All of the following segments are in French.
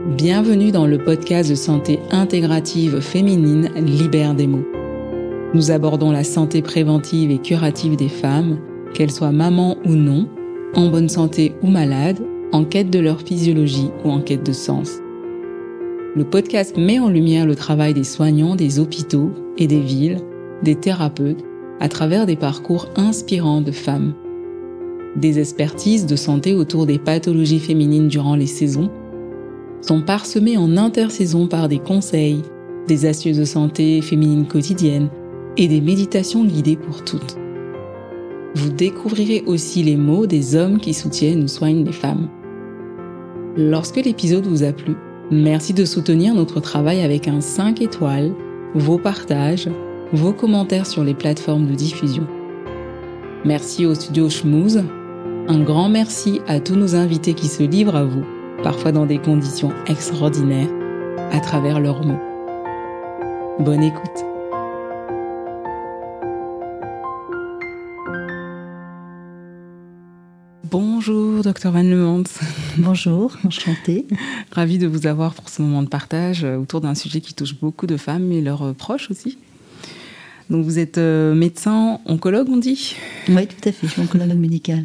Bienvenue dans le podcast de santé intégrative féminine Libère des mots. Nous abordons la santé préventive et curative des femmes, qu'elles soient mamans ou non, en bonne santé ou malades, en quête de leur physiologie ou en quête de sens. Le podcast met en lumière le travail des soignants des hôpitaux et des villes, des thérapeutes, à travers des parcours inspirants de femmes. Des expertises de santé autour des pathologies féminines durant les saisons sont parsemées en intersaison par des conseils, des astuces de santé féminine quotidienne et des méditations guidées pour toutes. Vous découvrirez aussi les mots des hommes qui soutiennent ou soignent les femmes. Lorsque l'épisode vous a plu, merci de soutenir notre travail avec un 5 étoiles, vos partages, vos commentaires sur les plateformes de diffusion. Merci au studio Schmooze. Un grand merci à tous nos invités qui se livrent à vous, parfois dans des conditions extraordinaires, à travers leurs mots. Bonne écoute. Bonjour, Dr Van Lemans. Bonjour, enchantée. Ravie de vous avoir pour ce moment de partage autour d'un sujet qui touche beaucoup de femmes et leurs proches aussi. Donc vous êtes médecin oncologue, on dit ? Oui, tout à fait, je suis oncologue médicale.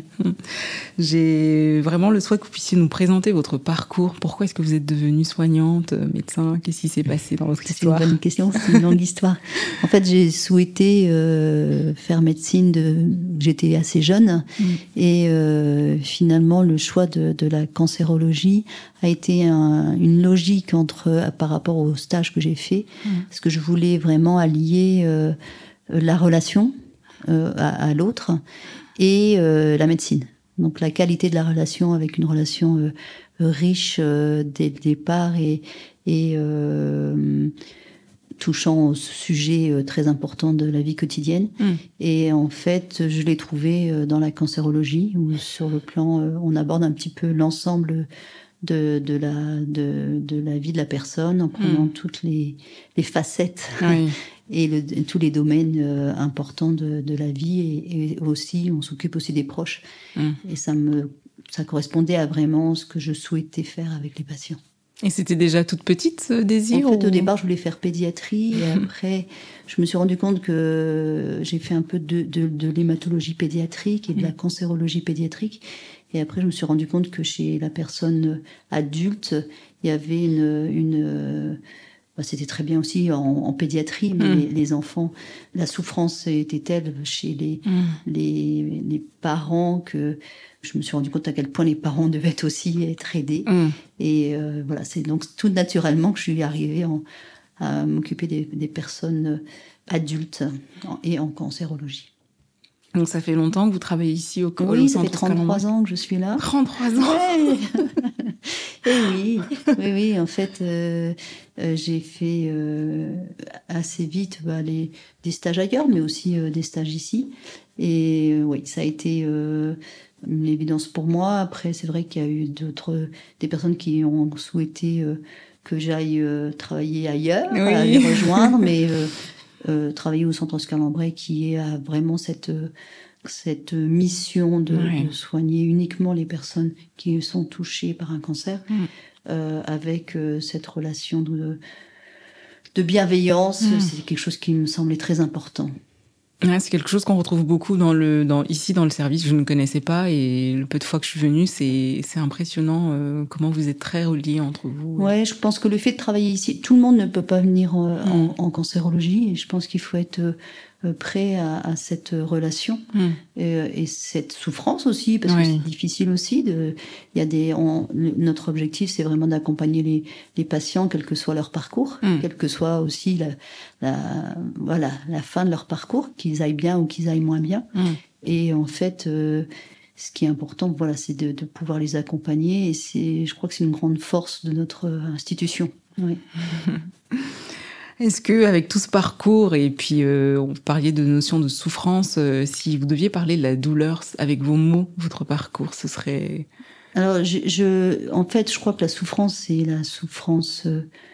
J'ai vraiment le souhait que vous puissiez nous présenter votre parcours. Pourquoi est-ce que vous êtes devenue soignante, médecin ? Qu'est-ce qui s'est passé dans votre histoire ? C'est une bonne question, c'est une longue histoire. En fait, j'ai souhaité faire médecine, j'étais assez jeune et finalement le choix de la cancérologie a été une logique par rapport au stage que j'ai fait, parce que je voulais vraiment allier la relation à l'autre et la médecine. Donc la qualité de la relation avec une relation riche dès le départ et touchant au sujet très important de la vie quotidienne. Et en fait, je l'ai trouvé dans la cancérologie, où sur le plan, on aborde un petit peu l'ensemble de la vie de la personne en prenant toutes les facettes et tous les domaines importants de la vie et aussi on s'occupe aussi des proches et ça correspondait à vraiment ce que je souhaitais faire avec les patients. Et c'était déjà toute petite, ce désir ? En fait, au départ, je voulais faire pédiatrie. Et après, je me suis rendu compte que j'ai fait un peu de l'hématologie pédiatrique et de la cancérologie pédiatrique. Et après, je me suis rendu compte que chez la personne adulte, il y avait c'était très bien aussi en pédiatrie, mais les enfants, la souffrance était telle chez les parents que je me suis rendu compte à quel point les parents devaient aussi être aidés. Et voilà, c'est donc tout naturellement que je suis arrivée à m'occuper des personnes adultes et en cancérologie. Donc ça fait longtemps que vous travaillez ici au centre ? Oui, ça fait 33 ans que je suis là. 33 ans. Ouais. Et oui, en fait, j'ai fait assez vite des stages ailleurs, mais aussi des stages ici. Et oui, ça a été une évidence pour moi. Après, c'est vrai qu'il y a eu des personnes qui ont souhaité que j'aille travailler ailleurs, à les rejoindre, mais travailler au centre Oscar Lambret qui a vraiment cette mission de soigner uniquement les personnes qui sont touchées par un cancer, avec cette relation de bienveillance. C'est quelque chose qui me semblait très important. Ouais, c'est quelque chose qu'on retrouve beaucoup ici dans le service. Je ne connaissais pas et le peu de fois que je suis venue, c'est impressionnant comment vous êtes très reliés entre vous. Ouais, je pense que le fait de travailler ici, tout le monde ne peut pas venir en cancérologie et je pense qu'il faut être prêt à cette relation et cette souffrance aussi, parce que c'est difficile aussi. Notre objectif, c'est vraiment d'accompagner les patients, quel que soit leur parcours, quel que soit aussi la fin de leur parcours, qu'ils aillent bien ou qu'ils aillent moins bien. Et en fait, ce qui est important, c'est de pouvoir les accompagner. Et je crois que c'est une grande force de notre institution. Oui. Est-ce que, avec tout ce parcours, et puis on parlait de notion de souffrance, si vous deviez parler de la douleur avec vos mots, votre parcours, ce serait... Alors, en fait, je crois que la souffrance, c'est la souffrance...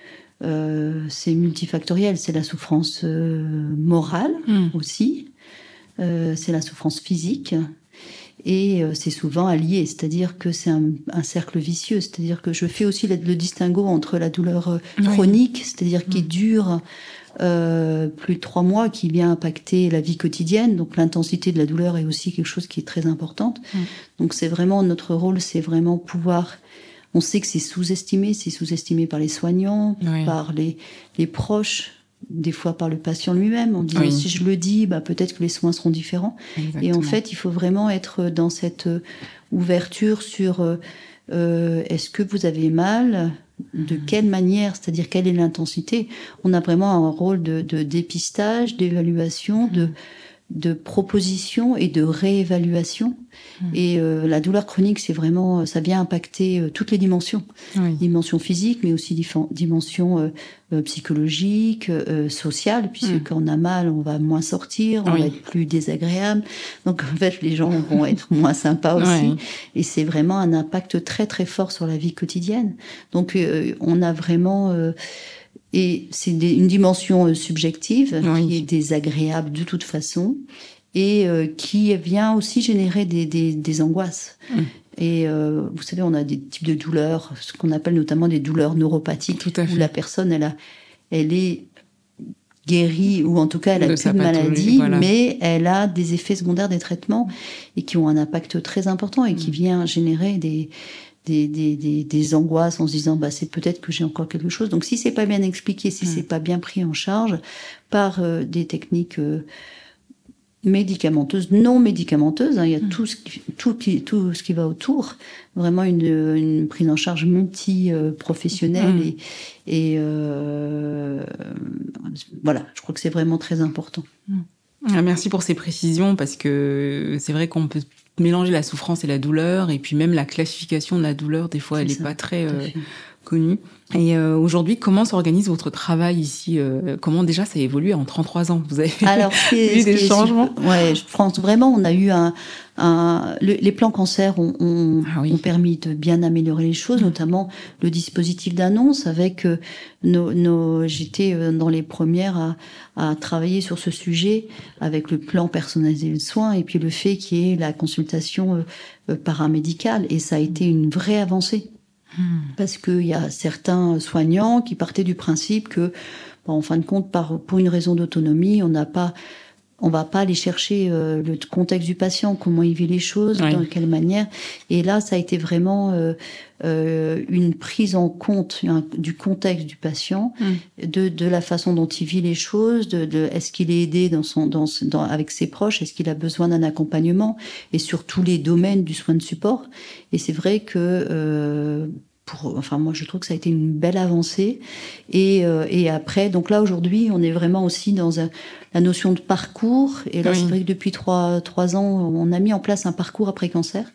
c'est multifactoriel. C'est la souffrance morale aussi. C'est la souffrance physique. Et c'est souvent allié, c'est-à-dire que c'est un cercle vicieux, c'est-à-dire que je fais aussi le distinguo entre la douleur chronique, c'est-à-dire qui dure plus de 3 mois, qui vient impacter la vie quotidienne. Donc l'intensité de la douleur est aussi quelque chose qui est très importante. Donc c'est vraiment notre rôle, c'est vraiment pouvoir... On sait que c'est sous-estimé par les soignants, par les proches, des fois par le patient lui-même, en disant si je le dis, peut-être que les soins seront différents. Exactement. Et en fait, il faut vraiment être dans cette ouverture sur est-ce que vous avez mal, de quelle manière, c'est-à-dire quelle est l'intensité. On a vraiment un rôle de dépistage, d'évaluation, de proposition et de réévaluation. Et la douleur chronique, c'est vraiment, ça vient impacter toutes les dimensions. Dimension physique, mais aussi dimension psychologique, sociale, puisque quand on a mal, on va moins sortir, on va être plus désagréable. Donc en fait, les gens vont être moins sympas aussi. Et c'est vraiment un impact très très fort sur la vie quotidienne. Donc on a vraiment... et c'est une dimension subjective qui est désagréable de toute façon et qui vient aussi générer des angoisses. Et vous savez, on a des types de douleurs, ce qu'on appelle notamment des douleurs neuropathiques, où la personne, elle est guérie, ou en tout cas elle a plus de maladie, mais elle a des effets secondaires des traitements et qui ont un impact très important et qui vient générer des angoisses en se disant c'est peut-être que j'ai encore quelque chose. Donc si c'est pas bien expliqué, si c'est pas bien pris en charge par des techniques médicamenteuses, non médicamenteuses, il y a tout ce qui va autour, vraiment une prise en charge multi-professionnelle et voilà, je crois que c'est vraiment très important. Merci pour ces précisions, parce que c'est vrai qu'on peut mélanger la souffrance et la douleur, et puis même la classification de la douleur, des fois, elle n'est pas très connue. Et aujourd'hui, comment s'organise votre travail ici ? Comment déjà ça a évolué en 33 ans ? Vous avez eu des changements ? Ouais, je pense vraiment, on a eu les plans cancer ont permis de bien améliorer les choses, notamment le dispositif d'annonce avec j'étais dans les premières à travailler sur ce sujet avec le plan personnalisé de soins et puis le fait qu'il y ait la consultation paramédicale, et ça a été une vraie avancée. Parce qu'il y a certains soignants qui partaient du principe que, en fin de compte, pour une raison d'autonomie, on va pas aller chercher le contexte du patient, comment il vit les choses, dans quelle manière. Et là, ça a été vraiment une prise en compte du contexte du patient, de la façon dont il vit les choses, de est-ce qu'il est aidé avec ses proches, est-ce qu'il a besoin d'un accompagnement, et sur tous les domaines du soin de support. Et c'est vrai que moi je trouve que ça a été une belle avancée. Et après, donc là aujourd'hui, on est vraiment aussi dans la notion de parcours. Et là, c'est vrai que depuis 3 ans, on a mis en place un parcours après cancer.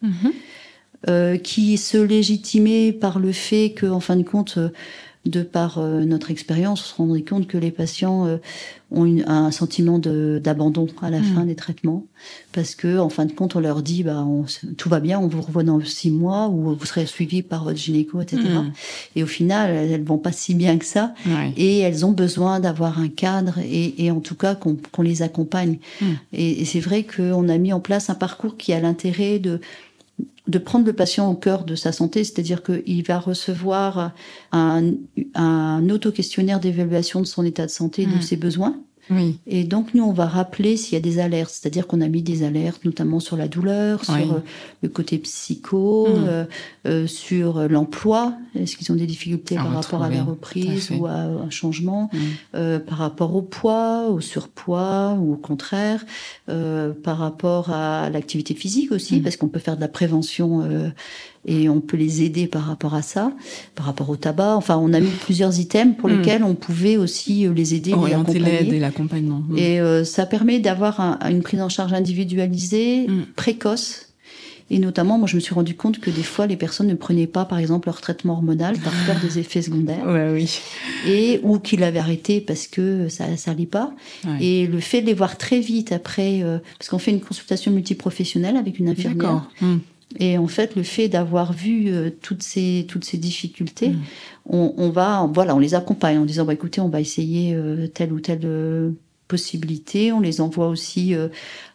Qui se légitimait par le fait que, en fin de compte, de par notre expérience, on se rendait compte que les patients ont un sentiment d'abandon à la fin des traitements, parce que, en fin de compte, on leur dit tout va bien, on vous revoit dans 6 mois, ou vous serez suivi par votre gynéco, etc. Et au final, elles vont pas si bien que ça, et elles ont besoin d'avoir un cadre, et en tout cas qu'on les accompagne. Et c'est vrai qu'on a mis en place un parcours qui a l'intérêt de prendre le patient au cœur de sa santé, c'est-à-dire qu'il va recevoir un auto-questionnaire d'évaluation de son état de santé et de ses besoins. Et donc, nous, on va rappeler s'il y a des alertes, c'est-à-dire qu'on a mis des alertes, notamment sur la douleur, sur le côté psycho, sur l'emploi, est-ce qu'ils ont des difficultés par rapport à la reprise ou à un changement, par rapport au poids, au surpoids, ou au contraire, par rapport à l'activité physique aussi, parce qu'on peut faire de la prévention et on peut les aider par rapport à ça, par rapport au tabac. Enfin, on a mis plusieurs items pour lesquels on pouvait aussi les aider, les accompagner. L'aide et l'accompagnement. Et ça permet d'avoir une prise en charge individualisée, précoce. Et notamment, moi, je me suis rendu compte que des fois, les personnes ne prenaient pas, par exemple, leur traitement hormonal par peur des effets secondaires. Ou qu'ils l'avaient arrêté parce que ça allait pas. Et le fait de les voir très vite après, parce qu'on fait une consultation multiprofessionnelle avec une infirmière. Et en fait, le fait d'avoir vu toutes ces difficultés, on les accompagne en disant écoutez, on va essayer telle ou telle possibilité. On les envoie aussi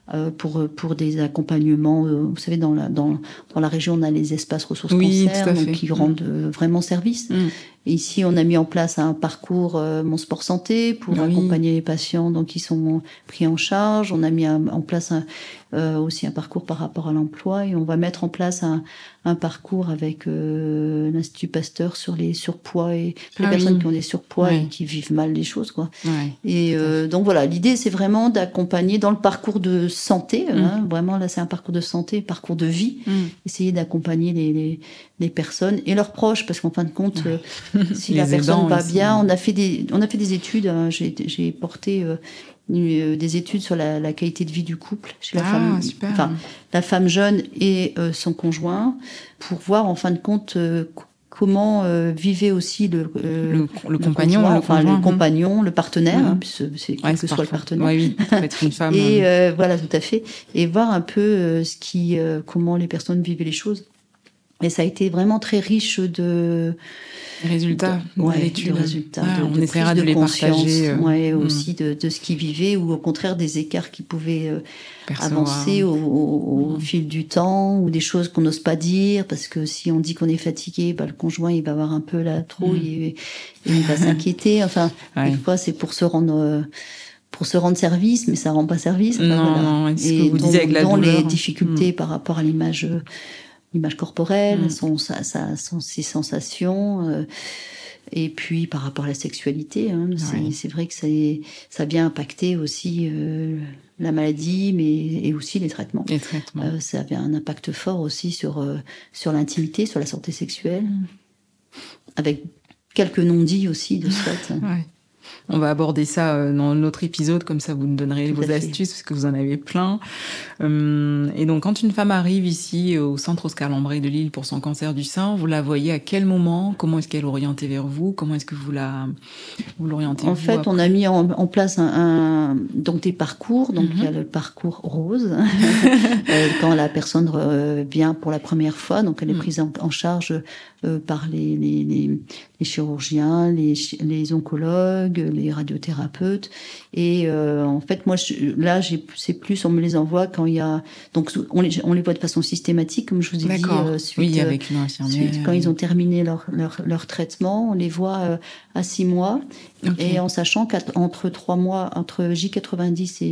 pour des accompagnements. Vous savez, dans la région, on a les espaces ressources cancer, donc qui rendent vraiment service. Et ici, on a mis en place un parcours Mon Sport Santé pour accompagner les patients donc qui sont pris en charge. On a mis en place aussi un parcours par rapport à l'emploi, et on va mettre en place un parcours avec l'Institut Pasteur sur les surpoids et les personnes qui ont des surpoids et qui vivent mal les choses, quoi. Et donc voilà, l'idée c'est vraiment d'accompagner dans le parcours de santé, vraiment là c'est un parcours de santé, parcours de vie, essayer d'accompagner les personnes et leurs proches, parce qu'en fin de compte, si la personne va bien, on a fait des études, j'ai porté des études sur la qualité de vie du couple chez la femme, la femme jeune et son conjoint, pour voir en fin de compte comment vivait aussi le compagnon, le compagnon, le partenaire, puisque c'est quel que soit le partenaire. Oui, ça peut être une femme. Et voilà, tout à fait. Et voir un peu comment les personnes vivaient les choses. Et ça a été vraiment très riche de résultats, de résultats, on essaiera de les partager. Aussi de ce qu'ils vivaient, ou au contraire des écarts qui pouvaient avancer au fil du temps, ou des choses qu'on n'ose pas dire, parce que si on dit qu'on est fatigué, le conjoint il va avoir un peu la trouille et il va s'inquiéter. Enfin, des fois c'est pour se rendre service, mais ça rend pas service. Non, c'est ce que vous disiez avec la douleur. Les difficultés par rapport à l'image corporelle, ses sensations, et puis par rapport à la sexualité, c'est vrai que ça a bien impacté aussi la maladie, et aussi les traitements. Ça avait un impact fort aussi sur l'intimité, sur la santé sexuelle, avec quelques non-dits aussi de ce fait. On va aborder ça dans notre épisode, comme ça vous nous donnerez vos astuces, parce que vous en avez plein. Et donc, quand une femme arrive ici au centre Oscar Lambret de Lille pour son cancer du sein, vous la voyez à quel moment? Comment est-ce qu'elle est orientée vers vous? Comment est-ce que vous l'orientez? En fait, on a mis en place donc des parcours. Donc, il y a le parcours rose, quand la personne vient pour la première fois. Donc, elle est prise en charge par les chirurgiens, les oncologues, les radiothérapeutes. Et en fait, moi, c'est plus, on me les envoie quand il y a... Donc, on les voit de façon systématique, comme je vous ai dit. Avec une infirmière. Quand ils ont terminé leur traitement, on les voit à 6 mois. Et en sachant qu'entre 3 mois, entre J90 et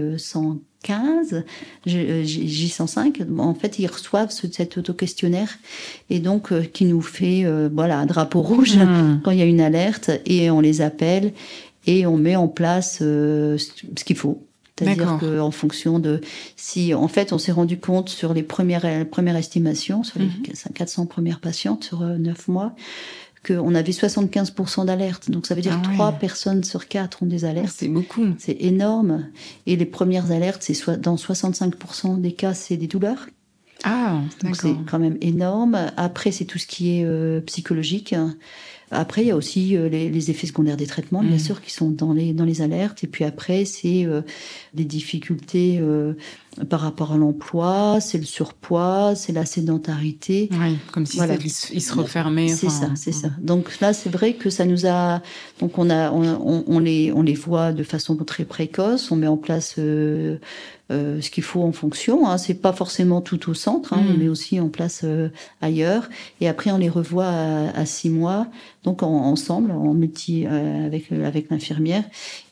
J115, J105, en fait, ils reçoivent cet auto-questionnaire, et donc qui nous fait un drapeau rouge quand il y a une alerte, et on les appelle et on met en place ce qu'il faut. C'est-à-dire qu'en fonction de... En fait, on s'est rendu compte sur les premières estimations, sur les 400 premières patientes sur 9 mois, qu'on avait 75% d'alertes. Donc, ça veut dire 3 personnes sur 4 ont des alertes. C'est beaucoup. C'est énorme. Et les premières alertes, dans 65% des cas, c'est des douleurs. Donc, c'est quand même énorme. Après, c'est tout ce qui est psychologique. Après, il y a aussi les effets secondaires des traitements, bien sûr, qui sont dans les alertes. Et puis après, c'est des difficultés par rapport à l'emploi, c'est le surpoids, c'est la sédentarité. Comme si il se refermait. C'est ça. Donc là, c'est vrai que ça nous a... Donc on les voit de façon très précoce, on met en place ce qu'il faut en fonction. C'est pas forcément tout au centre, on met aussi en place ailleurs. Et après, on les revoit à 6 mois, donc ensemble, en multi avec l'infirmière.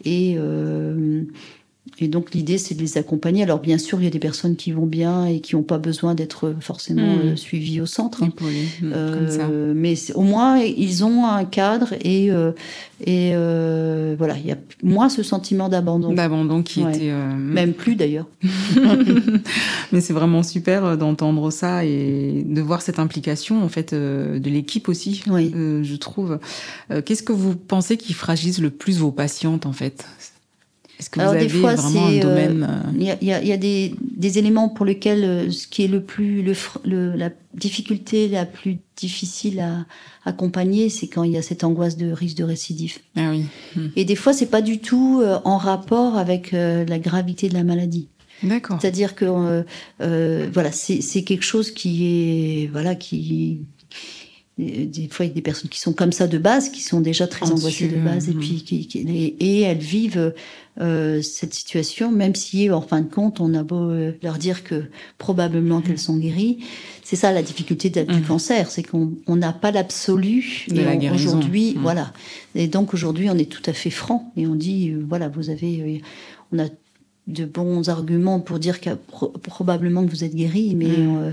Et donc l'idée, c'est de les accompagner. Alors bien sûr, il y a des personnes qui vont bien et qui n'ont pas besoin d'être forcément suivies au centre. Comme ça. Mais au moins, ils ont un cadre, et voilà, il y a moins ce sentiment d'abandon. D'abandon qui était... Même plus d'ailleurs. Mais c'est vraiment super d'entendre ça et de voir cette implication en fait de l'équipe aussi, je trouve. Qu'est-ce que vous pensez qui fragilise le plus vos patientes en fait ? Est-ce que vous avez vraiment un domaine... Il y a des éléments pour lesquels ce qui est la difficulté la plus difficile à accompagner, c'est quand il y a cette angoisse de risque de récidive. Et des fois, c'est pas du tout en rapport avec la gravité de la maladie. D'accord. C'est-à-dire que c'est quelque chose qui est des fois, il y a des personnes qui sont comme ça de base, qui sont déjà très angoissées de base, et puis et elles vivent cette situation, même si en fin de compte, on a beau leur dire que probablement qu'elles sont guéries. C'est ça la difficulté du cancer, c'est qu'on n'a pas l'absolu. De la guérison. Aujourd'hui, voilà. Et donc aujourd'hui, on est tout à fait franc et on dit voilà, on a de bons arguments pour dire que probablement que vous êtes guéri, mais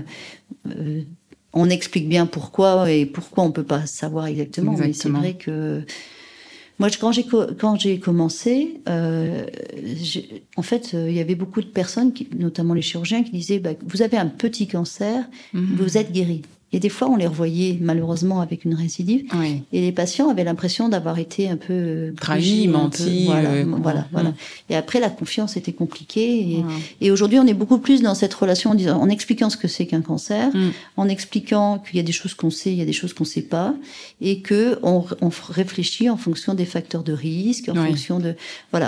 on explique bien pourquoi et pourquoi on peut pas savoir exactement. Mais c'est vrai que moi, quand j'ai commencé, en fait, il y avait beaucoup de personnes, notamment les chirurgiens, qui disaient vous avez un petit cancer, vous êtes guéri. Et des fois, on les revoyait malheureusement avec une récidive. Oui. Et les patients avaient l'impression d'avoir été un peu trahis, mentis. Voilà. Et après, la confiance était compliquée. Et aujourd'hui, on est beaucoup plus dans cette relation en expliquant ce que c'est qu'un cancer, en expliquant qu'il y a des choses qu'on sait, il y a des choses qu'on sait pas, et que on réfléchit en fonction des facteurs de risque, en fonction de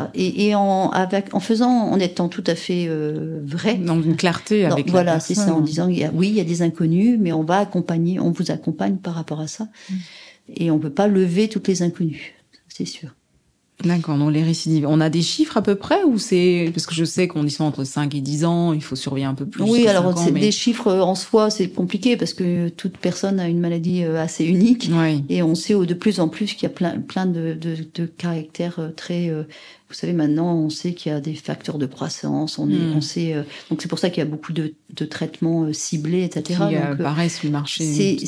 en étant tout à fait vrai. Dans une clarté avec la personne. C'est ça, en disant il y a des inconnus, mais on vous accompagne par rapport à ça. Et on peut pas lever toutes les inconnues, c'est sûr. D'accord, donc les récidives. On a des chiffres à peu près ou c'est... Parce que je sais qu'on dit souvent entre 5 et 10 ans, il faut surveiller un peu plus. Oui, alors des chiffres en soi, c'est compliqué parce que toute personne a une maladie assez unique. Oui. Et on sait de plus en plus qu'il y a plein de caractères très... Vous savez, maintenant, on sait qu'il y a des facteurs de croissance. On sait, donc c'est pour ça qu'il y a beaucoup de traitements ciblés, etc. Qui apparaissent sur le marché.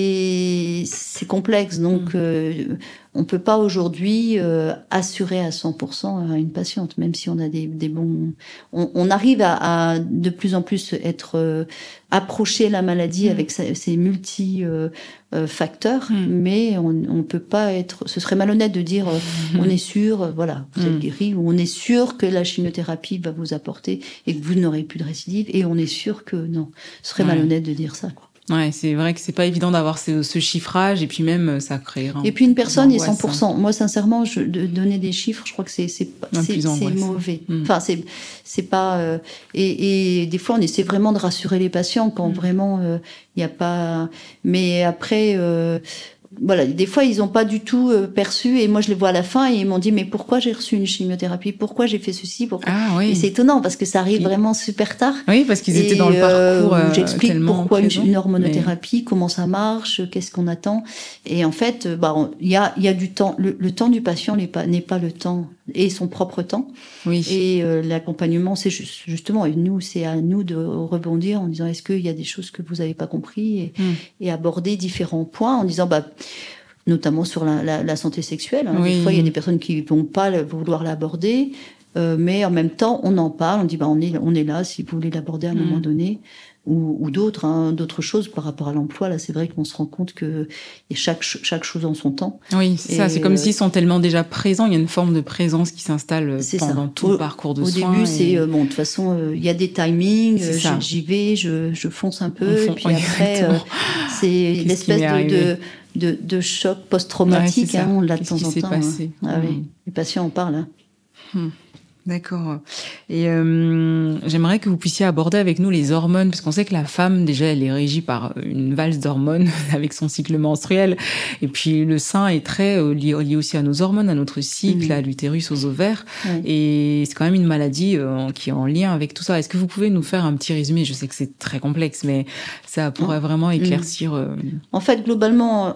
C'est complexe. Donc, on peut pas aujourd'hui assurer à 100% à une patiente, même si on a des bons. On arrive à de plus en plus être approcher la maladie avec ses multi facteurs, mais on peut pas être. Ce serait malhonnête de dire on est sûr, voilà, vous êtes guéri, ou on est sûr que la chimiothérapie va vous apporter et que vous n'aurez plus de récidive, et on est sûr que non. Ce serait malhonnête de dire ça, quoi. Ouais, c'est vrai que c'est pas évident d'avoir ce chiffrage, et puis même ça crée. Et puis une personne est 100%. Moi, sincèrement, de donner des chiffres, je crois que c'est mauvais. Enfin, c'est pas. Et des fois, on essaie vraiment de rassurer les patients quand vraiment il y a pas. Mais après. Voilà, des fois ils ont pas du tout perçu, et moi je les vois à la fin et ils m'ont dit mais pourquoi j'ai reçu une chimiothérapie, pourquoi j'ai fait ceci, pourquoi. Et c'est étonnant parce que ça arrive vraiment super tard. Oui, parce qu'ils étaient dans le parcours. J'explique pourquoi une hormonothérapie, comment ça marche, qu'est-ce qu'on attend, et en fait il y a du temps. Le temps du patient n'est pas le temps et son propre temps. Oui. Et l'accompagnement, c'est justement, et nous, c'est à nous de rebondir en disant est-ce qu'il y a des choses que vous n'avez pas compris, et aborder différents points en disant notamment sur la santé sexuelle. Des fois, il y a des personnes qui vont pas vouloir l'aborder, mais en même temps, on en parle, on dit on est là si vous voulez l'aborder à un moment donné. Ou d'autres choses par rapport à l'emploi. Là, c'est vrai qu'on se rend compte que chaque chose en son temps. Oui, c'est ça. C'est comme s'ils sont tellement déjà présents. Il y a une forme de présence qui s'installe pendant tout le parcours de soins. Au début, c'est de toute façon, il y a des timings. J'y vais, je fonce un peu, et puis après, c'est l'espèce de choc post-traumatique. On l'a de temps en temps. Passé. Oui, les patients en parlent. D'accord. Et j'aimerais que vous puissiez aborder avec nous les hormones, parce qu'on sait que la femme, déjà, elle est régie par une valse d'hormones avec son cycle menstruel. Et puis le sein est très lié aussi à nos hormones, à notre cycle, à l'utérus, aux ovaires. Et c'est quand même une maladie qui est en lien avec tout ça. Est-ce que vous pouvez nous faire un petit résumé ? Je sais que c'est très complexe, mais ça pourrait vraiment éclaircir. En fait, globalement,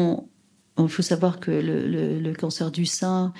il faut savoir que le cancer du sein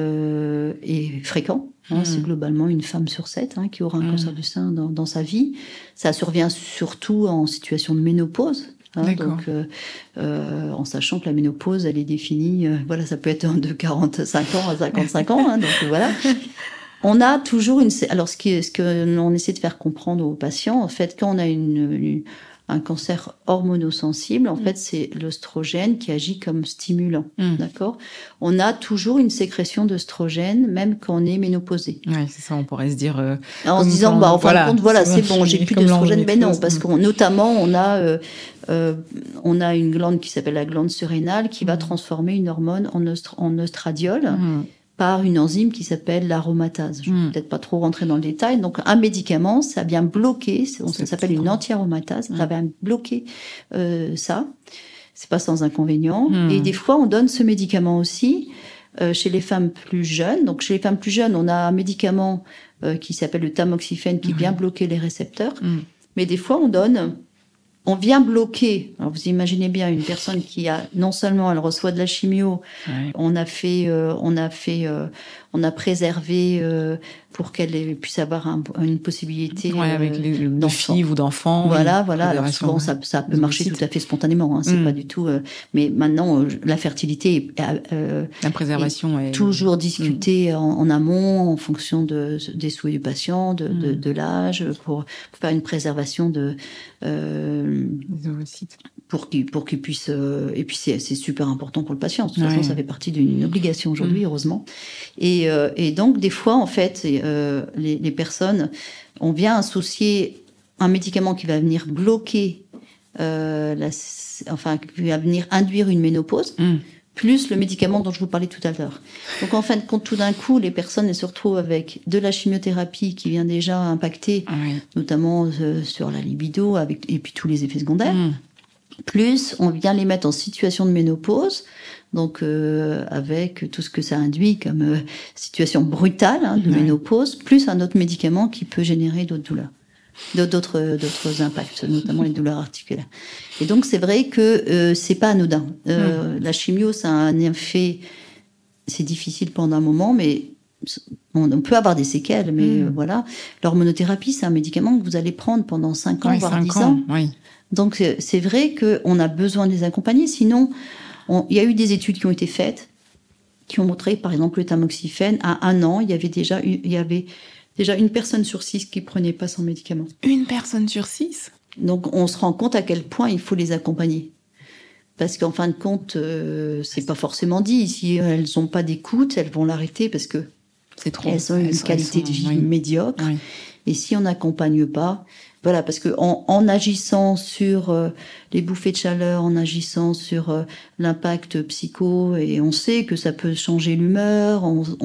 est fréquent. C'est globalement une femme sur 7 qui aura un cancer du sein dans sa vie. Ça survient surtout en situation de ménopause. Donc, en sachant que la ménopause, elle est définie, ça peut être de 45 ans à 55 ans. Donc voilà. On a toujours alors ce que on essaie de faire comprendre aux patients, en fait, quand on a un cancer hormonosensible, en fait, c'est l'œstrogène qui agit comme stimulant, d'accord ? On a toujours une sécrétion d'œstrogène, même quand on est ménopausé. Oui, c'est ça, on pourrait se dire... en se disant, en fin de compte, c'est bon, j'ai plus d'œstrogène. Mais non, parce notamment, on a une glande qui s'appelle la glande surrénale qui va transformer une hormone en œstradiol. Par une enzyme qui s'appelle l'aromatase. Je ne vais peut-être pas trop rentrer dans le détail. Donc, un médicament, ça vient bloquer, ça s'appelle une anti-aromatase, ça vient bloquer ça. c'est pas sans inconvénient. Et des fois, on donne ce médicament aussi chez les femmes plus jeunes. Donc, chez les femmes plus jeunes, on a un médicament qui s'appelle le tamoxifène qui vient bloquer les récepteurs. Mais des fois, on vient bloquer. Alors, vous imaginez bien une personne qui a, non seulement elle reçoit de la chimio, on a préservé pour qu'elle puisse avoir une possibilité avec de filles ou d'enfants. Voilà. Alors souvent, ça peut marcher tout à fait spontanément. Hein, c'est pas du tout. Mais maintenant, la fertilité, la préservation est toujours discutée en amont, en fonction des souhaits du patient, de l'âge, pour faire une préservation des ovocytes. Pour qu'il puisse. Et puis c'est super important pour le patient. De toute façon, ça fait partie d'une obligation aujourd'hui, heureusement. Et donc des fois, en fait, les personnes, on vient associer un médicament qui va venir bloquer, qui va venir induire une ménopause, plus le médicament dont je vous parlais tout à l'heure. Donc en fin de compte, tout d'un coup, les personnes elles se retrouvent avec de la chimiothérapie qui vient déjà impacter, notamment sur la libido, et puis tous les effets secondaires. Plus, on vient les mettre en situation de ménopause, donc avec tout ce que ça induit comme situation brutale de ménopause, plus un autre médicament qui peut générer d'autres douleurs, d'autres impacts, notamment les douleurs articulaires. Et donc c'est vrai que c'est pas anodin. La chimio, ça a un effet, c'est difficile pendant un moment, mais on peut avoir des séquelles, mais voilà. L'hormonothérapie, c'est un médicament que vous allez prendre pendant 5 ans, voire 10 ans. Donc c'est vrai qu'on a besoin de les accompagner, sinon il y a eu des études qui ont été faites qui ont montré, par exemple, le tamoxifène, à 1 an, il y avait déjà une personne sur 6 qui prenait pas son médicament. Une personne sur 6 ? Donc on se rend compte à quel point il faut les accompagner. Parce qu'en fin de compte, c'est pas forcément dit. Si elles n'ont pas d'écoute, elles vont l'arrêter parce que elles ont une qualité de vie médiocre. Et si on n'accompagne pas, voilà, parce que en agissant sur les bouffées de chaleur, en agissant sur l'impact psycho, et on sait que ça peut changer l'humeur,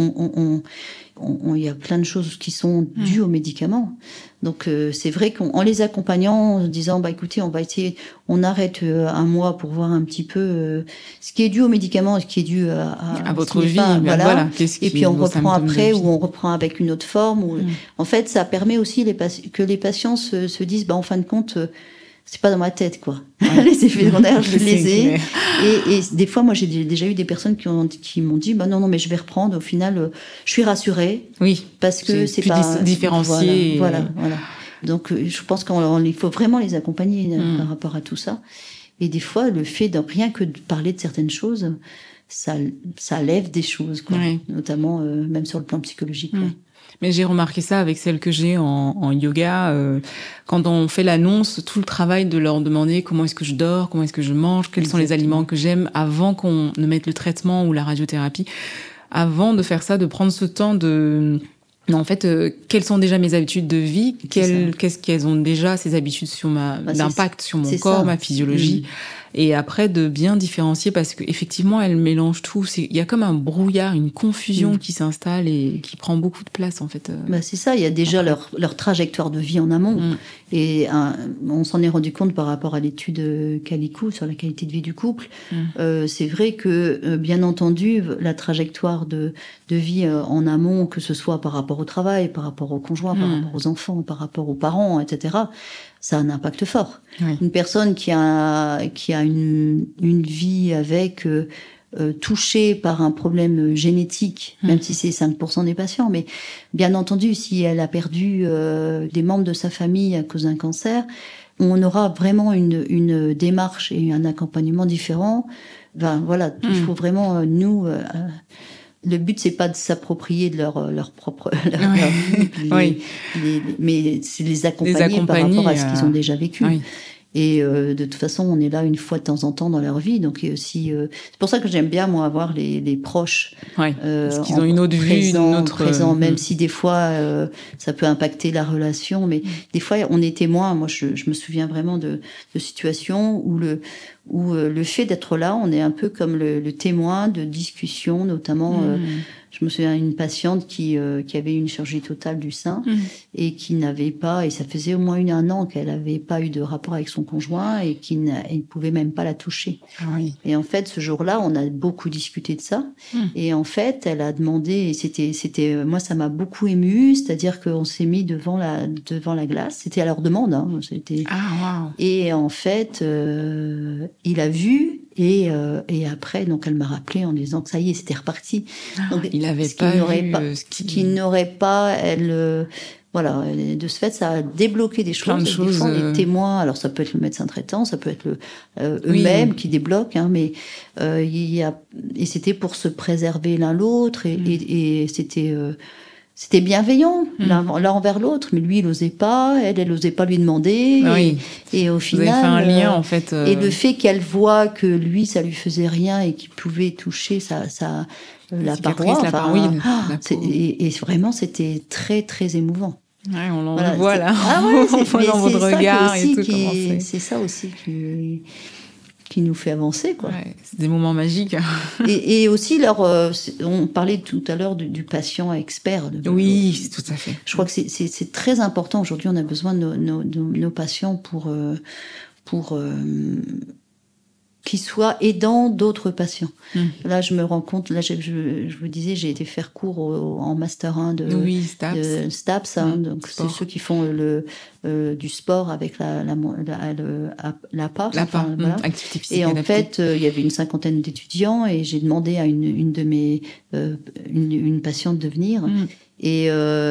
il y a plein de choses qui sont dues aux médicaments. Donc c'est vrai qu'en les accompagnant, en disant écoutez, on va essayer, on arrête 1 mois pour voir un petit peu ce qui est dû aux médicaments, ce qui est dû à votre vie, voilà. Et puis on reprend après, ou on reprend avec une autre forme. En fait, ça permet aussi que les patients se disent en fin de compte, c'est pas dans ma tête, quoi. Les effets secondaires, je les ai. Et des fois, moi, j'ai déjà eu des personnes qui m'ont dit, non, mais je vais reprendre. Au final, je suis rassurée. Oui. Parce que c'est pas différencié. Voilà. Donc, je pense qu'il faut vraiment les accompagner par rapport à tout ça. Et des fois, le fait de rien que de parler de certaines choses, ça lève des choses, quoi. Notamment, même sur le plan psychologique. Mais j'ai remarqué ça avec celles que j'ai en yoga. Quand on fait l'annonce, tout le travail de leur demander comment est-ce que je dors, comment est-ce que je mange, quels sont les aliments que j'aime, avant qu'on ne mette le traitement ou la radiothérapie. Avant de faire ça, de prendre ce temps de... Non, en fait, quelles sont déjà mes habitudes de vie, qu'est-ce qu'elles ont déjà, ces habitudes sur d'impact sur mon corps, ma physiologie. Et après, de bien différencier, parce que effectivement, elles mélangent tout. Il y a comme un brouillard, une confusion qui s'installe et qui prend beaucoup de place, en fait. C'est ça, il y a déjà leur trajectoire de vie en amont. Et on s'en est rendu compte par rapport à l'étude Calico sur la qualité de vie du couple. C'est vrai que, bien entendu, la trajectoire de vie en amont, que ce soit par rapport au travail, par rapport au conjoint, par rapport aux enfants, par rapport aux parents, etc., ça a un impact fort. Une personne qui a une vie avec touchée par un problème génétique, même si c'est 5% des patients, mais bien entendu, si elle a perdu des membres de sa famille à cause d'un cancer, on aura vraiment une démarche et un accompagnement différent. Voilà, il faut vraiment le but, c'est pas de s'approprier de leur propre vie, mais c'est les accompagner par rapport à ce qu'ils ont déjà vécu. Et de toute façon, on est là une fois de temps en temps dans leur vie. Donc aussi, c'est pour ça que j'aime bien, moi, avoir les proches. Parce qu'ils ont une autre vue, une autre... présent, même si des fois, ça peut impacter la relation. Mais des fois, on est témoin. Moi, je me souviens vraiment de situations où où le fait d'être là, on est un peu comme le témoin de discussions, notamment, je me souviens d'une patiente qui avait une chirurgie totale du sein et qui n'avait pas, et ça faisait au moins un an qu'elle n'avait pas eu de rapport avec son conjoint et qui ne pouvait même pas la toucher. Ah oui. Et en fait, ce jour-là, on a beaucoup discuté de ça. Et en fait, elle a demandé, et c'était, moi, ça m'a beaucoup émue, c'est-à-dire qu'on s'est mis devant la glace. C'était à leur demande, hein. Ah, wow. Et en fait, il a vu, et après, donc elle m'a rappelé en disant que ça y est, c'était reparti. Donc, il n'avait pas vu qu'il n'aurait pas, voilà, de ce fait, ça a débloqué des choses. Des fois, les témoins, alors ça peut être le médecin traitant, ça peut être eux-mêmes qui débloquent, hein, mais et c'était pour se préserver l'un l'autre, et c'était bienveillant l'un envers l'autre, mais lui il n'osait pas, elle n'osait pas lui demander, et au final, vous avez fait un lien en fait. Et le fait qu'elle voit que lui ça lui faisait rien et qu'il pouvait toucher la paroi, et vraiment c'était très très émouvant. Ouais, on le voit là. On voit dans votre regard et tout. C'est ça aussi qui nous fait avancer, quoi. Ouais, c'est des moments magiques. et aussi, on parlait tout à l'heure du patient expert. Oui, tout à fait. Je crois que c'est très important. Aujourd'hui, on a besoin de nos patients pour qui soit aidant d'autres patients. Là, je me rends compte, là, je vous disais, j'ai été faire cours en Master 1 de STAPS, hein, donc c'est ceux qui font du sport avec l'APA. Voilà. Activité physique et en adaptée. fait, il y avait une cinquantaine d'étudiants et j'ai demandé à une de mes une patiente de venir et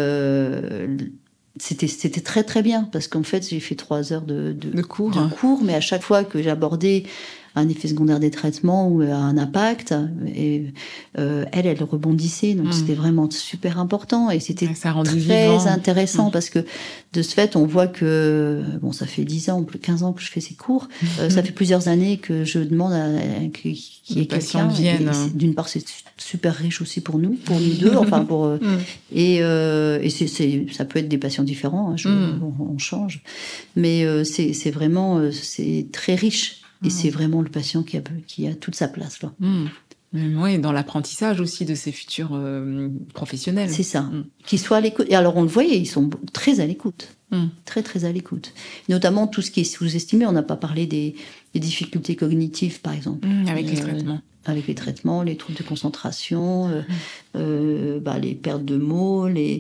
c'était très très bien parce qu'en fait j'ai fait 3 heures de cours, mais à chaque fois que j'abordais un effet secondaire des traitements ou un impact, et elle rebondissait, donc c'était vraiment super important et c'était très intéressant parce que de ce fait on voit que ça fait 10 ans, 15 ans que je fais ces cours, ça fait plusieurs années que je demande qu'il y ait quelqu'un. D'une part c'est super riche aussi pour nous deux, enfin et ça peut être des patients différents, hein, on change, mais c'est vraiment c'est très riche. Et c'est vraiment le patient qui a toute sa place là. Oui, dans l'apprentissage aussi de ses futurs professionnels. C'est ça. Qu'ils soient à l'écoute. Et alors on le voyait, ils sont très à l'écoute. Très très à l'écoute. Notamment tout ce qui est sous-estimé. On n'a pas parlé des difficultés cognitives par exemple. Avec les traitements. Avec les traitements, les troubles de concentration, les pertes de mots, les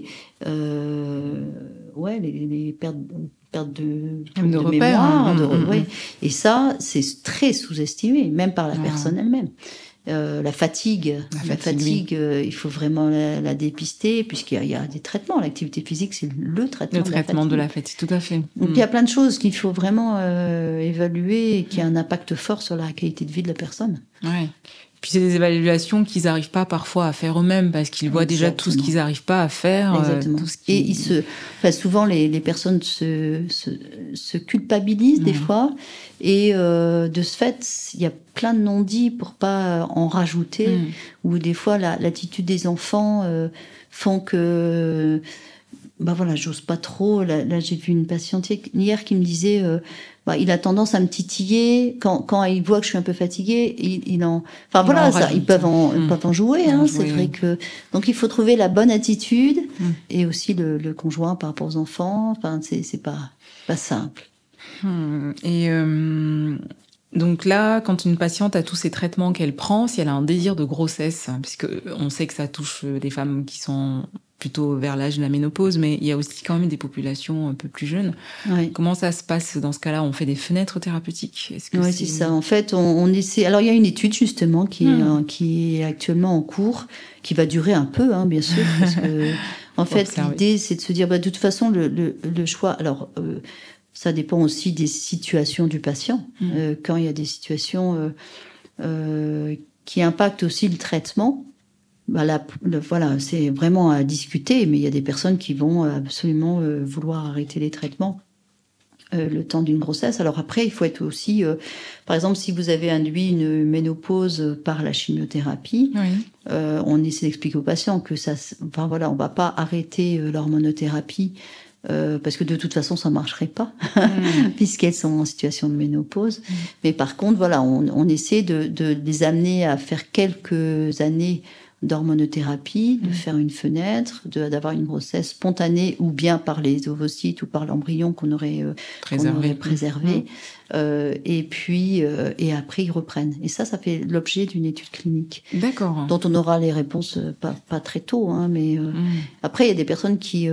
pertes de repères, mémoire. Et ça, c'est très sous-estimé, même par la personne elle-même. La fatigue, il faut vraiment la dépister, puisqu'il y a des traitements. L'activité physique, c'est le traitement de la fatigue, tout à fait. Donc il y a plein de choses qu'il faut vraiment évaluer et qui a un impact fort sur la qualité de vie de la personne. Ouais. Puis c'est des évaluations qu'ils n'arrivent pas parfois à faire eux-mêmes parce qu'ils voient déjà tout ce qu'ils n'arrivent pas à faire. Exactement. Et souvent les personnes se culpabilisent des fois, et de ce fait il y a plein de non-dits pour pas en rajouter, ou des fois l'attitude des enfants font que j'ose pas trop. Là j'ai vu une patiente hier qui me disait il a tendance à me titiller quand il voit que je suis un peu fatiguée. Ils peuvent en jouer. Hein, c'est vrai que donc il faut trouver la bonne attitude et aussi le conjoint par rapport aux enfants. Enfin, c'est pas simple. Et donc là, quand une patiente a tous ces traitements qu'elle prend, si elle a un désir de grossesse, puisque on sait que ça touche des femmes qui sont plutôt vers l'âge de la ménopause, mais il y a aussi quand même des populations un peu plus jeunes. Ouais. Comment ça se passe dans ce cas-là? On fait des fenêtres thérapeutiques? Oui, c'est ça. En fait, on essaie. Alors, il y a une étude justement qui est actuellement en cours, qui va durer un peu, hein, bien sûr, parce que en fait, l'idée, c'est de se dire, de toute façon, le choix. Alors, ça dépend aussi des situations du patient. Quand il y a des situations qui impactent aussi le traitement. C'est vraiment à discuter, mais il y a des personnes qui vont absolument vouloir arrêter les traitements le temps d'une grossesse. Alors après, il faut être aussi, par exemple, si vous avez induit une ménopause par la chimiothérapie, on essaie d'expliquer aux patients que on va pas arrêter l'hormonothérapie parce que de toute façon, ça marcherait pas, puisqu'elles sont en situation de ménopause. Mais par contre, voilà, on essaie de les amener à faire quelques années d'hormonothérapie, de faire une fenêtre, d'avoir une grossesse spontanée ou bien par les ovocytes ou par l'embryon qu'on aurait préservé. Et puis, et après, ils reprennent. Et ça fait l'objet d'une étude clinique. D'accord. Dont on aura les réponses pas très tôt, hein, mais après, il y a des personnes qui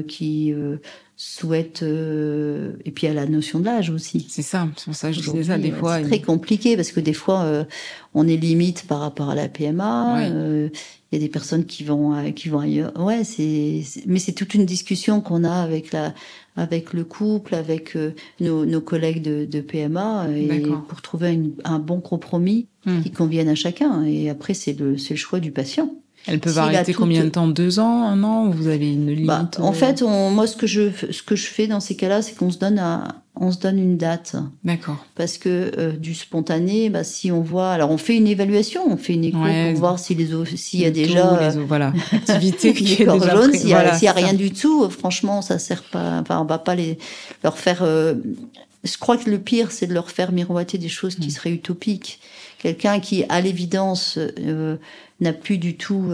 souhaitent, et puis il y a la notion de l'âge aussi. C'est ça, c'est pour ça que je disais ça des fois. C'est très compliqué parce que des fois, on est limite par rapport à la PMA. Il y a des personnes qui vont ailleurs. Ouais, mais c'est toute une discussion qu'on a avec le couple, avec nos collègues de PMA, et pour trouver un bon compromis qui convienne à chacun. Et après, c'est le choix du patient. Elles peuvent arrêter combien de temps? 2 ans, 1 an? Vous avez une limite? En fait, moi, ce que je fais dans ces cas-là, c'est qu'on se donne une date. D'accord. Parce que du spontané, si on voit, alors on fait une évaluation, on fait une écho pour voir s'il y a déjà activité qui est déjà jaune, prise. S'il y a rien du tout, franchement, ça sert pas. Enfin, on va pas leur faire. Je crois que le pire, c'est de leur faire miroiter des choses qui seraient utopiques. Quelqu'un qui, à l'évidence, n'a plus du tout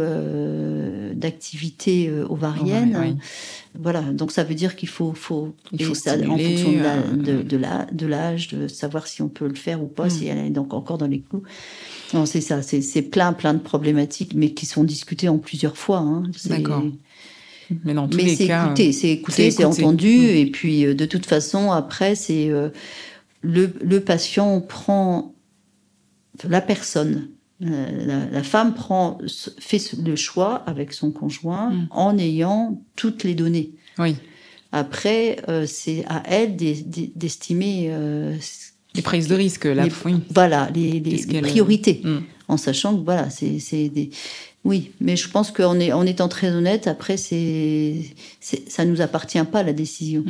d'activité ovarienne. Voilà, donc ça veut dire qu'il faut stimuler, en fonction de l'âge, de savoir si on peut le faire ou pas, si elle est donc encore dans les clous. Non, c'est ça, c'est plein de problématiques, mais qui sont discutées en plusieurs fois. Hein. D'accord. Mais dans tous les cas, c'est écouté, c'est entendu, et puis de toute façon, après, c'est le patient prend la personne. La femme fait le choix avec son conjoint en ayant toutes les données. Oui. Après, c'est à elle d'estimer les prises de risque, voilà, les priorités, en sachant que voilà, c'est des. Oui, mais je pense en étant très honnête, après, ça nous appartient pas la décision.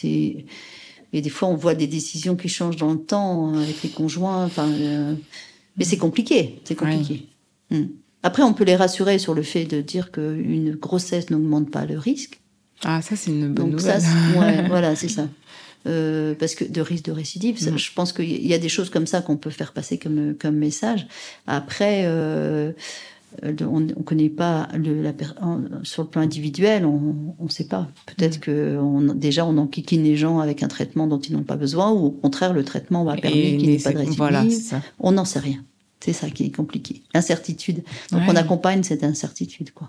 Et des fois, on voit des décisions qui changent dans le temps avec les conjoints. Enfin. Mais c'est compliqué, Après, on peut les rassurer sur le fait de dire qu'une grossesse n'augmente pas le risque. Ah, ça, c'est une bonne nouvelle. Voilà, c'est ça. Parce que de risque de récidive, je pense qu'il y a des choses comme ça qu'on peut faire passer comme message. Après, on connaît pas sur le plan individuel, on sait pas. Peut-être que déjà on enquiquine les gens avec un traitement dont ils n'ont pas besoin, ou au contraire le traitement va permettre qu'il n'y ait pas de récidive. Voilà, c'est ça. On n'en sait rien. C'est ça qui est compliqué. Incertitude. Donc on accompagne cette incertitude, quoi.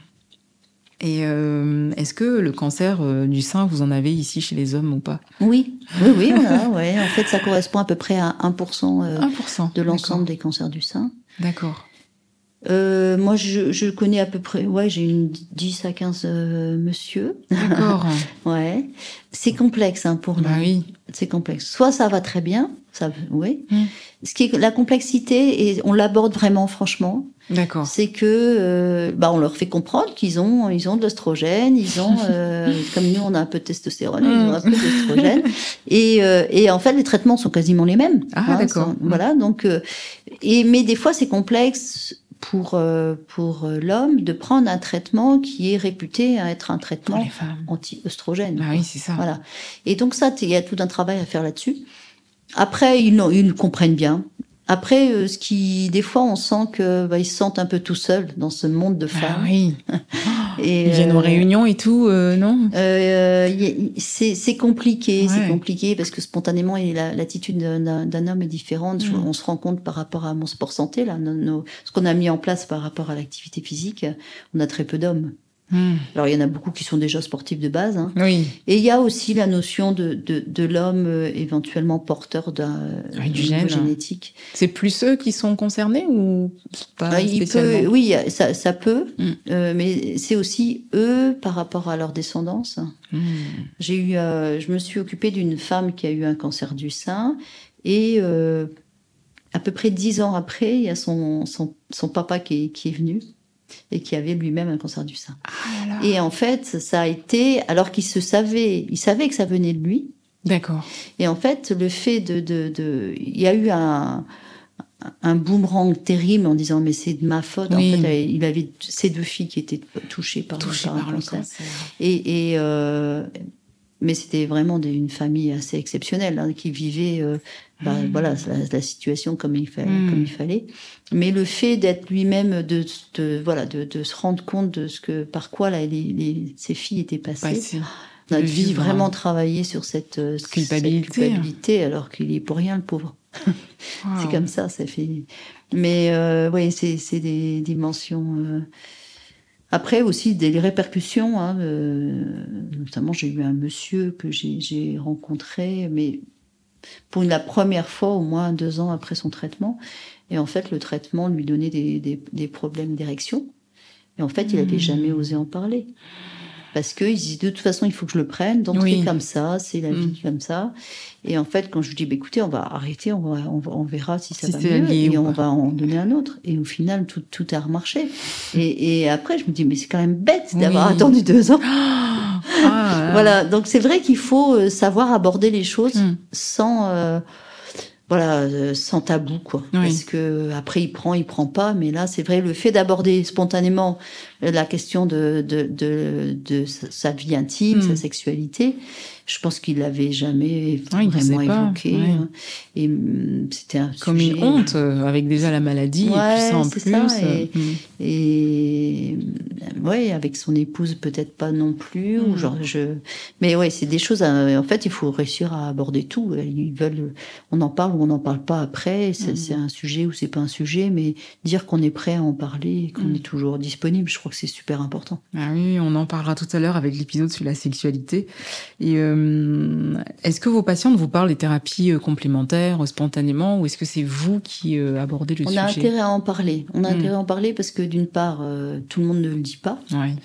Et est-ce que le cancer du sein, vous en avez ici chez les hommes ou pas? Oui, voilà, ouais. En fait, ça correspond à peu près à 1% de l'ensemble des cancers du sein. D'accord. Moi, je connais à peu près, j'ai une 10 à 15 monsieur. D'accord. Ouais. C'est complexe, pour nous. Oui. C'est complexe. Soit ça va très bien, Ce qui est la complexité, et on l'aborde vraiment franchement. D'accord. C'est que, on leur fait comprendre qu'ils ont de l'oestrogène, ils ont, comme nous, on a un peu de testostérone, ils ont un peu d'oestrogène. Et en fait, les traitements sont quasiment les mêmes. Ah, d'accord. Voilà. Donc, mais des fois, c'est complexe pour l'homme de prendre un traitement qui est réputé à être un traitement anti-œstrogène. Ah oui, c'est ça. Voilà. Et donc ça, il y a tout un travail à faire là-dessus. Après, ils comprennent bien. Après, des fois, on sent que ils se sentent un peu tout seuls dans ce monde de femmes. Ah oui. Et ils viennent aux réunions et tout, non? C'est compliqué, c'est compliqué parce que spontanément, l'attitude d'un homme est différente. On se rend compte par rapport à mon sport santé, là, ce qu'on a mis en place par rapport à l'activité physique, on a très peu d'hommes. Alors, il y en a beaucoup qui sont déjà sportifs de base. Hein. Oui. Et il y a aussi la notion de l'homme éventuellement porteur d'une gène génétique. C'est plus eux qui sont concernés ou pas spécialement? Oui, ça peut. Mais c'est aussi eux par rapport à leur descendance. Je me suis occupée d'une femme qui a eu un cancer du sein et à peu près 10 ans après, il y a son papa qui est venu et qui avait lui-même un cancer du sein. Ah, et en fait, ça a été, alors il savait que ça venait de lui. D'accord. Et en fait, le fait il y a eu un boomerang terrible en disant mais c'est de ma faute. Oui. En fait, il avait ses 2 filles qui étaient touchées par le cancer. Mais c'était vraiment une famille assez exceptionnelle, hein, qui vivait voilà, la situation comme il fallait. Mais le fait d'être lui-même, de se rendre compte de par quoi ses filles étaient passées. On a dû vraiment travailler sur cette culpabilité, alors qu'il est pour rien, le pauvre. Wow. C'est comme ça fait. Mais oui, c'est des dimensions. Après aussi des répercussions, hein, notamment j'ai eu un monsieur que j'ai rencontré, mais pour la première fois au moins 2 ans après son traitement. Et en fait, le traitement lui donnait des problèmes d'érection. Et en fait, il n'avait jamais osé en parler. Parce qu'il disait, de toute façon, il faut que je le prenne, donc c'est comme ça, c'est la vie comme ça. Et en fait, quand je lui dis, écoutez, on va arrêter, on verra si ça va mieux, et on va en donner un autre. Et au final, tout a remarché. Et après, je me dis, mais c'est quand même bête d'avoir attendu 2 ans. Voilà, donc c'est vrai qu'il faut savoir aborder les choses sans tabou, quoi. Parce que après il prend pas, mais là c'est vrai, le fait d'aborder spontanément la question de sa vie intime, sa sexualité, je pense qu'il l'avait jamais vraiment évoqué. Et c'était comme une honte, avec déjà la maladie, et puis ça en plus. Ça. Et avec son épouse peut-être pas non plus. Ou mais ouais, c'est des choses. En fait, il faut réussir à aborder tout. Ils veulent, on en parle ou on n'en parle pas après. C'est un sujet ou c'est pas un sujet, mais dire qu'on est prêt à en parler, et qu'on est toujours disponible, je crois que c'est super important. Ah oui, on en parlera tout à l'heure avec l'épisode sur la sexualité. Et est-ce que vos patientes vous parlent des thérapies complémentaires spontanément, ou est-ce que c'est vous qui abordez le sujet ? On a intérêt à en parler. On a intérêt à en parler parce que d'une part, tout le monde ne le dit pas.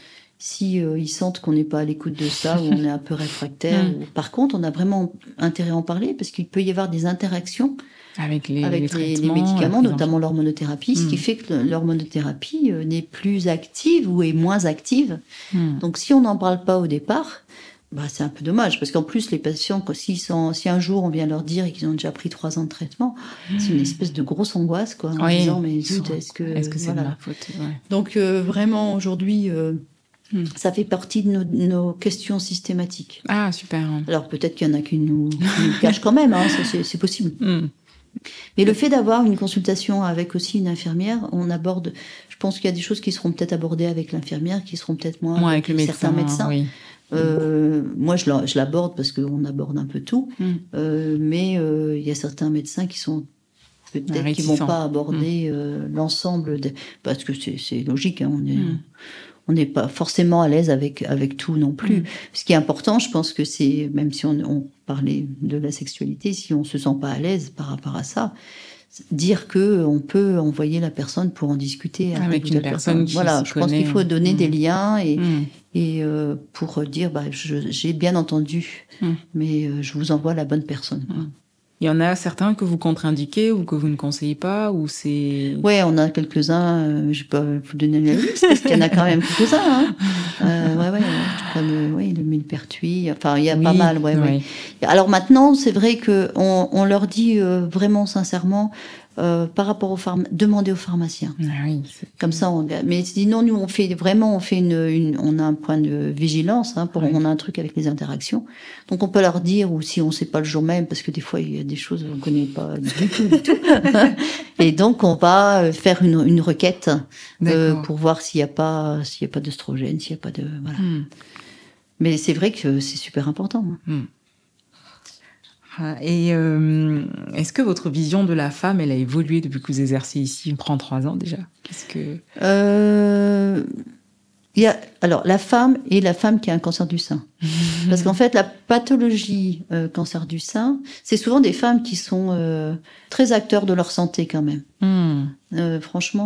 Si ils sentent qu'on n'est pas à l'écoute de ça, ou on est un peu réfractaire. Par contre, on a vraiment intérêt à en parler parce qu'il peut y avoir des interactions avec les médicaments, notamment l'hormonothérapie, ce qui fait que l'hormonothérapie n'est plus active ou est moins active. Donc si on n'en parle pas au départ, c'est un peu dommage, parce qu'en plus les patients, si un jour on vient leur dire qu'ils ont déjà pris 3 ans de traitement, c'est une espèce de grosse angoisse, quoi, en disant mais zut, est-ce que c'est de ma faute ? Donc vraiment aujourd'hui ça fait partie de nos questions systématiques. Ah super. Alors peut-être qu'il y en a qui nous cachent quand même, hein, c'est possible. Mais le fait d'avoir une consultation avec aussi une infirmière, je pense qu'il y a des choses qui seront peut-être abordées avec l'infirmière, qui seront peut-être moins avec certains médecins. Oui. Moi, je l'aborde parce qu'on aborde un peu tout, mais il y a certains médecins qui sont peut-être qui vont pas aborder l'ensemble, parce que c'est logique, hein, on n'est pas forcément à l'aise avec tout non plus. Ce qui est important, je pense que c'est, même si on parlait de la sexualité, si on se sent pas à l'aise par rapport à ça, dire que on peut envoyer la personne pour en discuter avec une personne qui voilà, se je connaît. Pense qu'il faut donner des liens et pour dire j'ai bien entendu, mais je vous envoie la bonne personne. Il y en a certains que vous contre-indiquez ou que vous ne conseillez pas, ou c'est... Ouais, on a quelques-uns, je vais pas vous donner la liste, parce qu'il y en a quand même quelques-uns, hein. Comme le millepertuis, enfin, il y a pas mal, ouais. Alors maintenant, c'est vrai que on leur dit vraiment sincèrement, par rapport demander aux pharmaciens. Comme ça, mais sinon, nous, on a un point de vigilance, hein, on a un truc avec les interactions. Donc, on peut leur dire, ou si on sait pas le jour même, parce que des fois, il y a des choses qu'on connaît pas du tout. Et donc, on va faire une requête, pour voir s'il y a pas d'œstrogène, s'il y a pas de, voilà. Mais c'est vrai que c'est super important. Et est-ce que votre vision de la femme, elle a évolué depuis que vous exercez ici? Il prend 3 ans déjà. Qu'est-ce que... Il y a alors la femme qui a un cancer du sein. Parce qu'en fait, la pathologie cancer du sein, c'est souvent des femmes qui sont très acteurs de leur santé quand même. Franchement,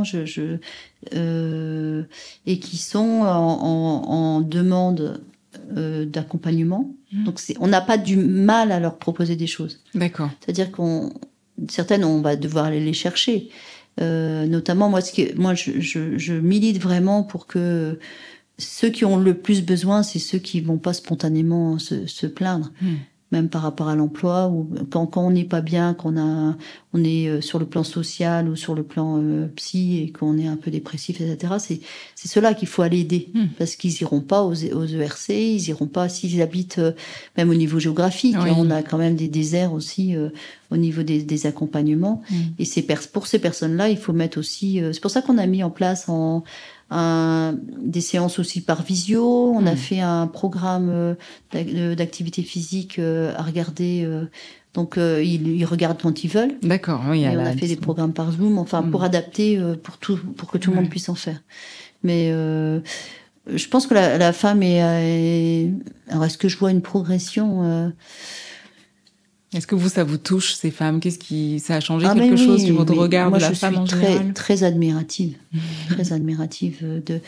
et qui sont en demande d'accompagnement. Donc on n'a pas du mal à leur proposer des choses. D'accord. C'est-à-dire certaines, on va devoir aller les chercher. Notamment, moi, je milite vraiment pour que ceux qui ont le plus besoin, c'est ceux qui vont pas spontanément se plaindre. même par rapport à l'emploi, ou quand on n'est pas bien, on est sur le plan social ou sur le plan psy et qu'on est un peu dépressif, etc. C'est ceux-là qu'il faut aller aider, parce qu'ils iront pas aux ERC, ils iront pas s'ils habitent même au niveau géographique. Oui. On a quand même des déserts aussi au niveau des accompagnements. Et pour ces personnes-là, il faut mettre aussi. C'est pour ça qu'on a mis en place des séances aussi par visio. On a fait un programme d'activité physique à regarder. Donc ils regardent quand ils veulent. D'accord, oui. Et on a fait des programmes par Zoom, enfin pour adapter, pour que tout le monde puisse en faire. Mais je pense que la femme alors est-ce que je vois une progression Est-ce que ça vous touche, ces femmes? Ça a changé quelque chose sur votre regard de la femme en général? Très admirative, très admirative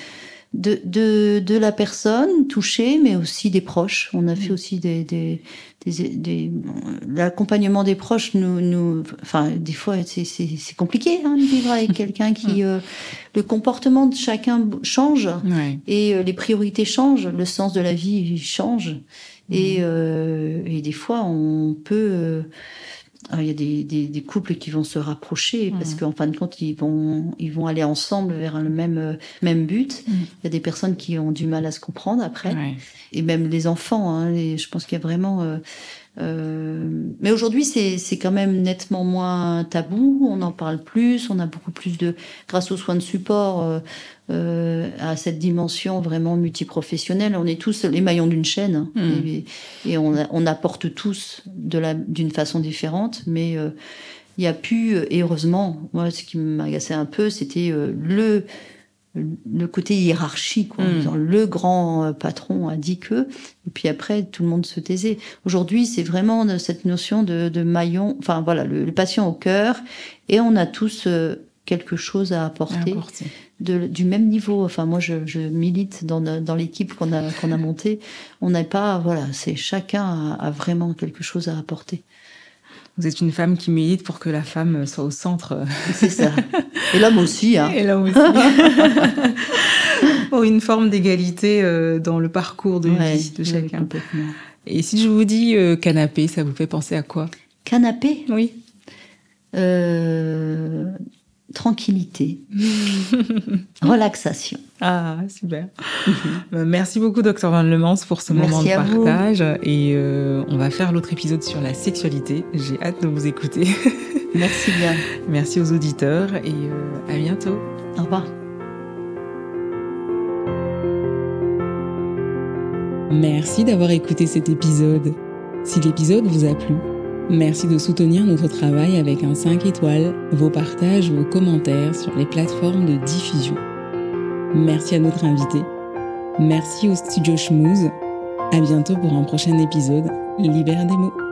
de la personne touchée, mais aussi des proches. On a fait aussi l'accompagnement des proches. Enfin, des fois, c'est compliqué de vivre avec quelqu'un qui le comportement de chacun change et les priorités changent, le sens de la vie change. Et des fois, on peut. Il y a des couples qui vont se rapprocher parce qu'en fin de compte, ils vont aller ensemble vers le même but. Il y a des personnes qui ont du mal à se comprendre après, et même les enfants. Je pense qu'il y a vraiment. Mais aujourd'hui, c'est quand même nettement moins tabou. On en parle plus. On a beaucoup plus grâce aux soins de support. À cette dimension vraiment multiprofessionnelle. On est tous les maillons d'une chaîne et on apporte tous d'une façon différente, mais il y a pu, et heureusement, moi ce qui m'agaçait un peu, c'était le côté hiérarchique, quoi, en disant, le grand patron a dit que, et puis après tout le monde se taisait. Aujourd'hui, c'est vraiment cette notion de maillon, enfin voilà, le patient au cœur, et on a tous quelque chose à apporter. Du même niveau. Enfin, moi, je milite dans l'équipe qu'on a montée. On n'est pas, voilà, c'est chacun a vraiment quelque chose à apporter. Vous êtes une femme qui milite pour que la femme soit au centre. C'est ça. Et l'homme aussi, Et l'homme aussi. Pour une forme d'égalité dans le parcours de vie de chacun. Complètement. Et si je vous dis canapé, ça vous fait penser à quoi? Canapé? Oui. Tranquillité, relaxation. Ah, super. Merci beaucoup, Dr Van Lemans, pour ce moment de partage. Et on va faire l'autre épisode sur la sexualité. J'ai hâte de vous écouter. Merci bien. Merci aux auditeurs et à bientôt. Au revoir. Merci d'avoir écouté cet épisode. Si l'épisode vous a plu, merci de soutenir notre travail avec un 5 étoiles, vos partages, vos commentaires sur les plateformes de diffusion. Merci à notre invité. Merci au studio Schmooze. À bientôt pour un prochain épisode. Libère des mots.